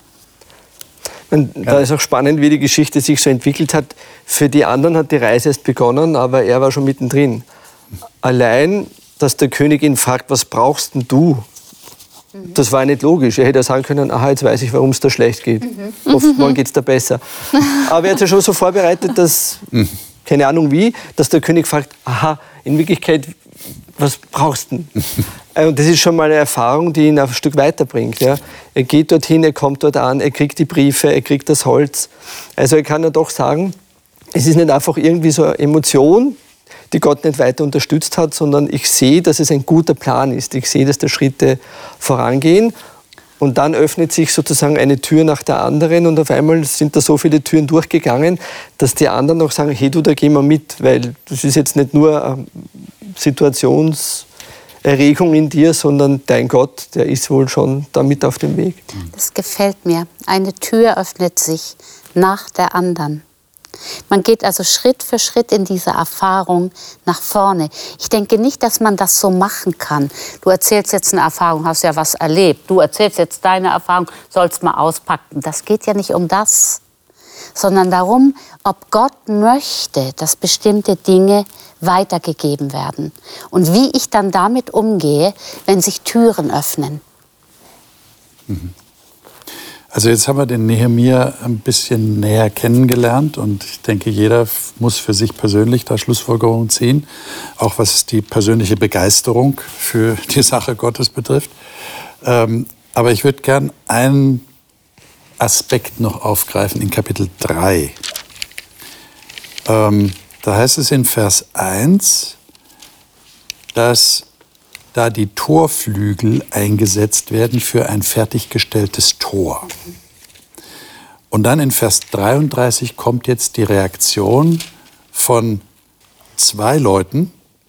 Und da ist auch spannend, wie die Geschichte sich so entwickelt hat. Für die anderen hat die Reise erst begonnen, aber er war schon mittendrin. Allein, dass der König ihn fragt, was brauchst denn du? Das war nicht logisch. Er hätte sagen können, aha, jetzt weiß ich, warum es da schlecht geht. Mhm. Morgen geht es da besser. Aber er hat ja schon so vorbereitet, dass... Mhm. Keine Ahnung wie, dass der König fragt, aha, in Wirklichkeit, was brauchst du denn? Und das ist schon mal eine Erfahrung, die ihn ein Stück weiterbringt. Ja. Er geht dorthin, er kommt dort an, er kriegt die Briefe, er kriegt das Holz. Also er kann ja doch sagen, es ist nicht einfach irgendwie so eine Emotion, die Gott nicht weiter unterstützt hat, sondern ich sehe, dass es ein guter Plan ist. Ich sehe, dass da Schritte vorangehen. Und dann öffnet sich sozusagen eine Tür nach der anderen und auf einmal sind da so viele Türen durchgegangen, dass die anderen noch sagen, hey du, da gehen wir mit, weil das ist jetzt nicht nur eine Situationserregung in dir, sondern dein Gott, der ist wohl schon da mit auf dem Weg. Das gefällt mir. Eine Tür öffnet sich nach der anderen. Man geht also Schritt für Schritt in dieser Erfahrung nach vorne. Ich denke nicht, dass man das so machen kann. Du erzählst jetzt eine Erfahrung, hast ja was erlebt. Du erzählst jetzt deine Erfahrung, sollst mal auspacken. Das geht ja nicht um das, sondern darum, ob Gott möchte, dass bestimmte Dinge weitergegeben werden. Und wie ich dann damit umgehe, wenn sich Türen öffnen. Mhm. Also jetzt haben wir den Nehemia ein bisschen näher kennengelernt und ich denke, jeder muss für sich persönlich da Schlussfolgerungen ziehen, auch was die persönliche Begeisterung für die Sache Gottes betrifft. Ähm, aber ich würde gern einen Aspekt noch aufgreifen in Kapitel drei. Ähm, da heißt es in Vers eins, dass da die Torflügel eingesetzt werden für ein fertiggestelltes Tor. Und dann in Vers dreiunddreißig kommt jetzt die Reaktion von zwei Leuten,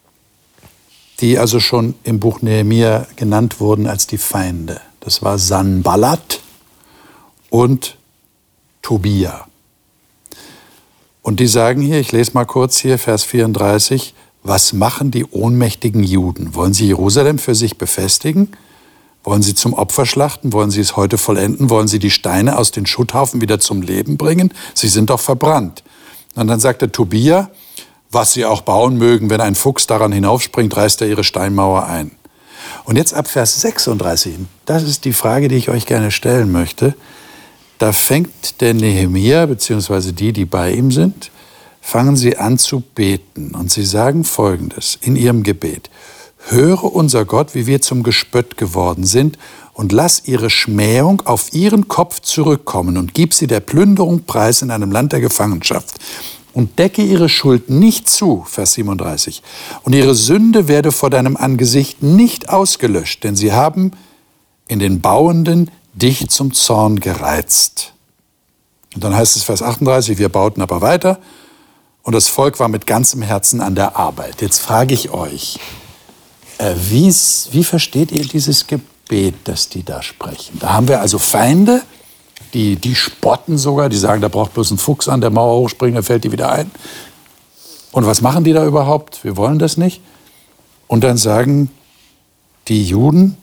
die also schon im Buch Nehemia genannt wurden als die Feinde. Das war Sanballat und Tobia. Und die sagen hier, ich lese mal kurz hier, Vers vierunddreißig, was machen die ohnmächtigen Juden? Wollen sie Jerusalem für sich befestigen? Wollen sie zum Opfer schlachten? Wollen sie es heute vollenden? Wollen sie die Steine aus den Schutthaufen wieder zum Leben bringen? Sie sind doch verbrannt. Und dann sagte Tobia, was sie auch bauen mögen, wenn ein Fuchs daran hinaufspringt, reißt er ihre Steinmauer ein. Und jetzt ab Vers sechsunddreißig, das ist die Frage, die ich euch gerne stellen möchte. Da fängt der Nehemia, beziehungsweise die, die bei ihm sind, fangen sie an zu beten. Und sie sagen Folgendes in ihrem Gebet. Höre unser Gott, wie wir zum Gespött geworden sind, und lass ihre Schmähung auf ihren Kopf zurückkommen und gib sie der Plünderung preis in einem Land der Gefangenschaft. Und decke ihre Schuld nicht zu, Vers siebenunddreißig. Und ihre Sünde werde vor deinem Angesicht nicht ausgelöscht, denn sie haben in den Bauenden dich zum Zorn gereizt. Und dann heißt es Vers achtunddreißig, wir bauten aber weiter und das Volk war mit ganzem Herzen an der Arbeit. Jetzt frage ich euch, äh, wie, wie versteht ihr dieses Gebet, das die da sprechen? Da haben wir also Feinde, die, die spotten sogar, die sagen, da braucht bloß ein Fuchs an der Mauer hochspringen, dann fällt die wieder ein. Und was machen die da überhaupt? Wir wollen das nicht. Und dann sagen die Juden,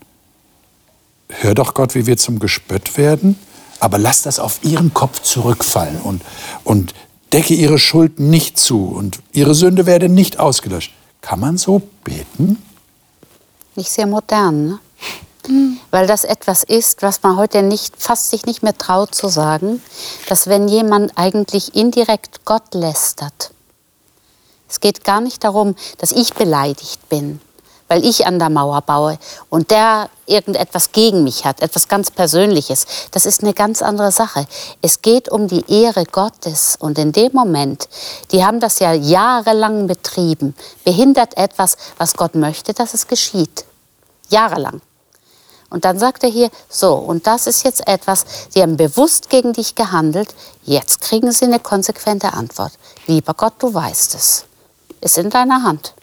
hör doch Gott, wie wir zum Gespött werden, aber lass das auf ihren Kopf zurückfallen und, und decke ihre Schuld nicht zu und ihre Sünde werde nicht ausgelöscht. Kann man so beten? Nicht sehr modern, ne? Mhm. Weil das etwas ist, was man heute nicht, fast sich nicht mehr traut zu sagen, dass wenn jemand eigentlich indirekt Gott lästert, es geht gar nicht darum, dass ich beleidigt bin, weil ich an der Mauer baue und der irgendetwas gegen mich hat, etwas ganz Persönliches. Das ist eine ganz andere Sache. Es geht um die Ehre Gottes und in dem Moment, die haben das ja jahrelang betrieben, behindert etwas, was Gott möchte, dass es geschieht. Jahrelang. Und dann sagt er hier, so, und das ist jetzt etwas, die haben bewusst gegen dich gehandelt, jetzt kriegen sie eine konsequente Antwort. Lieber Gott, du weißt es. Ist in deiner Hand.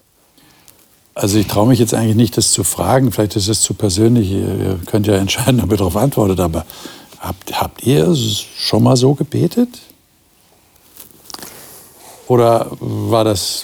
Also ich traue mich jetzt eigentlich nicht, das zu fragen. Vielleicht ist es zu persönlich. Ihr könnt ja entscheiden, ob ihr darauf antwortet. Aber habt, habt ihr schon mal so gebetet? Oder war das,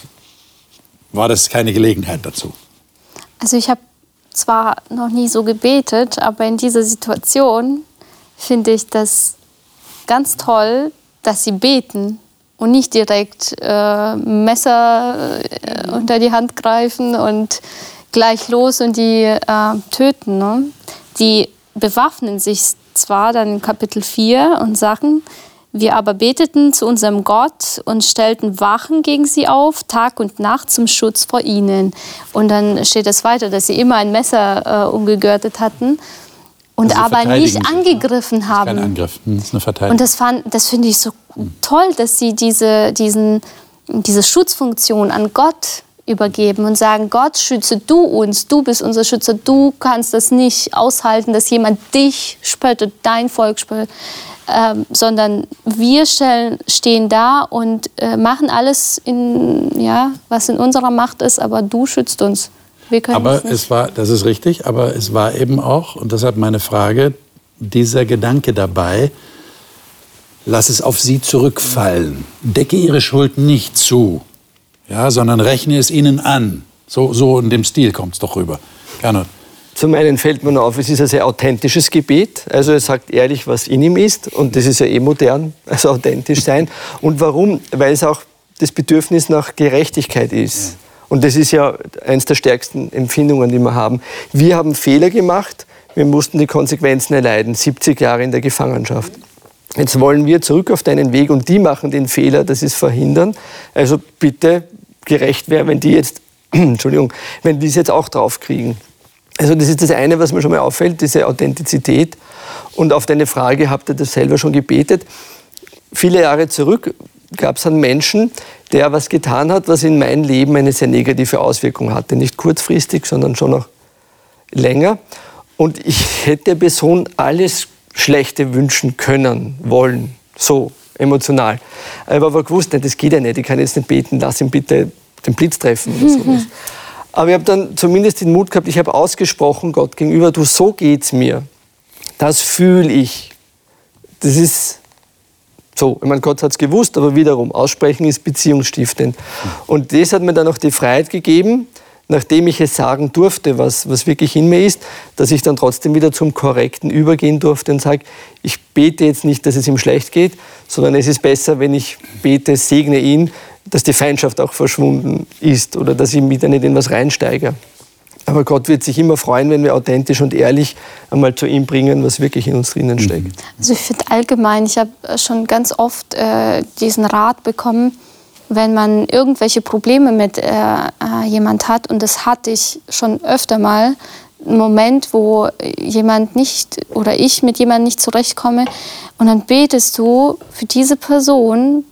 war das keine Gelegenheit dazu? Also ich habe zwar noch nie so gebetet, aber in dieser Situation finde ich das ganz toll, dass sie beten. Und nicht direkt äh, Messer äh, unter die Hand greifen und gleich los und die äh, töten. Ne? Die bewaffnen sich zwar dann in Kapitel vier und sagen, wir aber beteten zu unserem Gott und stellten Wachen gegen sie auf, Tag und Nacht zum Schutz vor ihnen. Und dann steht es weiter, dass sie immer ein Messer äh, umgegürtet hatten. Und also aber nicht sich, angegriffen ne? haben. Das ist kein Angriff, das ist eine Verteidigung. Und das, fand, das finde ich so toll, dass sie diese, diesen, diese Schutzfunktion an Gott übergeben und sagen, Gott, schütze du uns, du bist unser Schützer, du kannst das nicht aushalten, dass jemand dich spöttet, dein Volk spöttet, ähm, sondern wir stellen, stehen da und äh, machen alles, in, ja, was in unserer Macht ist, aber du schützt uns. Aber es war, das ist richtig, aber es war eben auch, und deshalb meine Frage, dieser Gedanke dabei, lass es auf sie zurückfallen. Decke ihre Schuld nicht zu, ja, sondern rechne es ihnen an. So, so in dem Stil kommt es doch rüber. Gernot. Zum einen fällt mir nur auf, es ist ein sehr authentisches Gebet. Also er sagt ehrlich, was in ihm ist. Und das ist ja eh modern, also authentisch sein. Und warum? Weil es auch das Bedürfnis nach Gerechtigkeit ist. Ja. Und das ist ja eines der stärksten Empfindungen, die wir haben. Wir haben Fehler gemacht, wir mussten die Konsequenzen erleiden, siebzig Jahre in der Gefangenschaft. Jetzt wollen wir zurück auf deinen Weg und die machen den Fehler, das ist verhindern. Also bitte gerecht wäre, wenn die jetzt, Entschuldigung, wenn die es jetzt auch draufkriegen. Also das ist das eine, was mir schon mal auffällt, diese Authentizität. Und auf deine Frage, habt ihr das selber schon gebetet? Viele Jahre zurück gab es einen Menschen, der was getan hat, was in meinem Leben eine sehr negative Auswirkung hatte. Nicht kurzfristig, sondern schon noch länger. Und ich hätte der Person alles Schlechte wünschen können, wollen, so emotional. Ich habe aber gewusst, nein, das geht ja nicht, ich kann jetzt nicht beten, lass ihn bitte den Blitz treffen oder sowas. Aber ich habe dann zumindest den Mut gehabt, ich habe ausgesprochen Gott gegenüber, du, so geht's mir. Das fühle ich. Das ist so. Ich meine, Gott hat es gewusst, aber wiederum, aussprechen ist beziehungsstiftend. Und das hat mir dann auch die Freiheit gegeben, nachdem ich es sagen durfte, was, was wirklich in mir ist, dass ich dann trotzdem wieder zum Korrekten übergehen durfte und sage, ich bete jetzt nicht, dass es ihm schlecht geht, sondern es ist besser, wenn ich bete, segne ihn, dass die Feindschaft auch verschwunden ist oder dass ich wieder nicht in was reinsteige. Aber Gott wird sich immer freuen, wenn wir authentisch und ehrlich einmal zu ihm bringen, was wirklich in uns drinnen steckt. Also ich finde allgemein, ich habe schon ganz oft äh, diesen Rat bekommen, wenn man irgendwelche Probleme mit äh, jemand hat, und das hatte ich schon öfter mal, einen Moment, wo jemand nicht oder ich mit jemandem nicht zurechtkomme, und dann betest du für diese Person,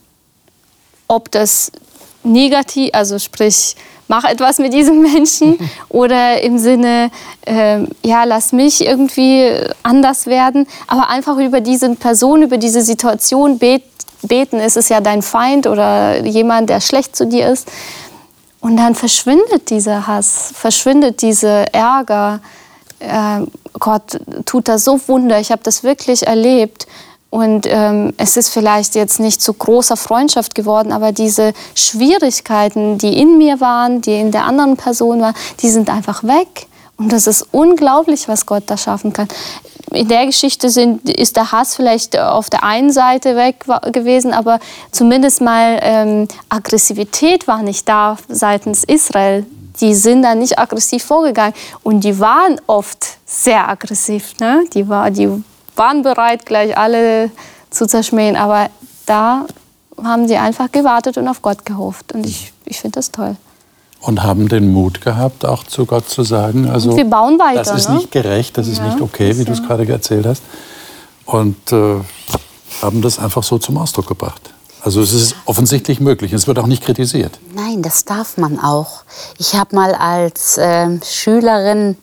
ob das negativ, also sprich, mach etwas mit diesem Menschen oder im Sinne, äh, ja, lass mich irgendwie anders werden, aber einfach über diese Person, über diese Situation beten. Beten, ist es ja dein Feind oder jemand, der schlecht zu dir ist. Und dann verschwindet dieser Hass, verschwindet dieser Ärger. Äh, Gott tut da so Wunder. Ich habe das wirklich erlebt. Und ähm, es ist vielleicht jetzt nicht zu großer Freundschaft geworden, aber diese Schwierigkeiten, die in mir waren, die in der anderen Person waren, die sind einfach weg. Und das ist unglaublich, was Gott da schaffen kann. In der Geschichte sind, ist der Hass vielleicht auf der einen Seite weg gewesen, aber zumindest mal ähm, Aggressivität war nicht da seitens Israel. Die sind da nicht aggressiv vorgegangen. Und die waren oft sehr aggressiv. Ne? Die, war, die waren bereit, gleich alle zu zerschmähen. Aber da haben sie einfach gewartet und auf Gott gehofft. Und ich, ich finde das toll. Und haben den Mut gehabt, auch zu Gott zu sagen, also wir bauen weiter, das ist ne? nicht gerecht, das ist Ja, nicht okay, wie du es gerade erzählt hast. Und äh, haben das einfach so zum Ausdruck gebracht. Also es ist offensichtlich möglich. Es wird auch nicht kritisiert. Nein, das darf man auch. Ich habe mal als äh, Schülerin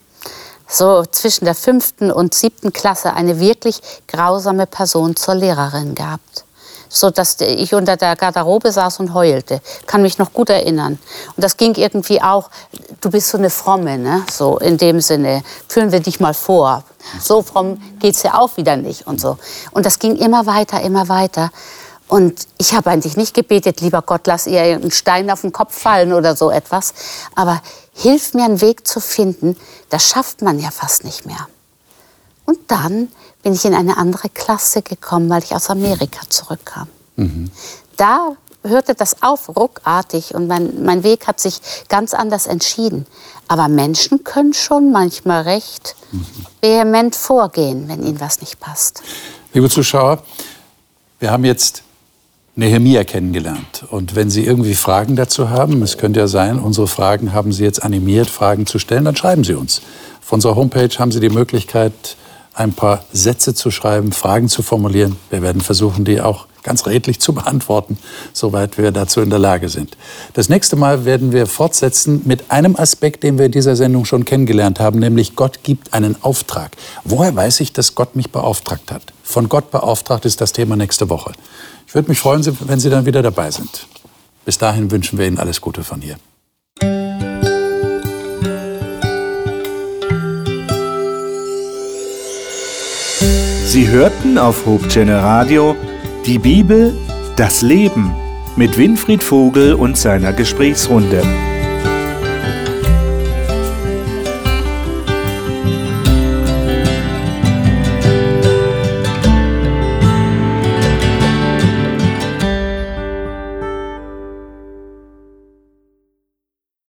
so zwischen der fünften und siebten Klasse eine wirklich grausame Person zur Lehrerin gehabt. So dass ich unter der Garderobe saß und heulte. Kann mich noch gut erinnern. Und das ging irgendwie auch, du bist so eine Fromme, ne? So in dem Sinne, führen wir dich mal vor. So fromm geht's ja auch wieder nicht und so. Und das ging immer weiter, immer weiter. Und ich habe eigentlich nicht gebetet, lieber Gott, lass ihr einen Stein auf den Kopf fallen oder so etwas. Aber hilf mir, einen Weg zu finden, das schafft man ja fast nicht mehr. Und dann bin ich in eine andere Klasse gekommen, weil ich aus Amerika zurückkam. Mhm. Da hörte das auf, ruckartig, und mein, mein Weg hat sich ganz anders entschieden. Aber Menschen können schon manchmal recht mhm. vehement vorgehen, wenn ihnen was nicht passt. Liebe Zuschauer, wir haben jetzt Nehemia kennengelernt. Und wenn Sie irgendwie Fragen dazu haben, es könnte ja sein, unsere Fragen haben Sie jetzt animiert, Fragen zu stellen, dann schreiben Sie uns. Auf unserer Homepage haben Sie die Möglichkeit, ein paar Sätze zu schreiben, Fragen zu formulieren. Wir werden versuchen, die auch ganz redlich zu beantworten, soweit wir dazu in der Lage sind. Das nächste Mal werden wir fortsetzen mit einem Aspekt, den wir in dieser Sendung schon kennengelernt haben, nämlich Gott gibt einen Auftrag. Woher weiß ich, dass Gott mich beauftragt hat? Von Gott beauftragt ist das Thema nächste Woche. Ich würde mich freuen, wenn Sie dann wieder dabei sind. Bis dahin wünschen wir Ihnen alles Gute von hier. Sie hörten auf Hope Channel Radio die Bibel, das Leben mit Winfried Vogel und seiner Gesprächsrunde.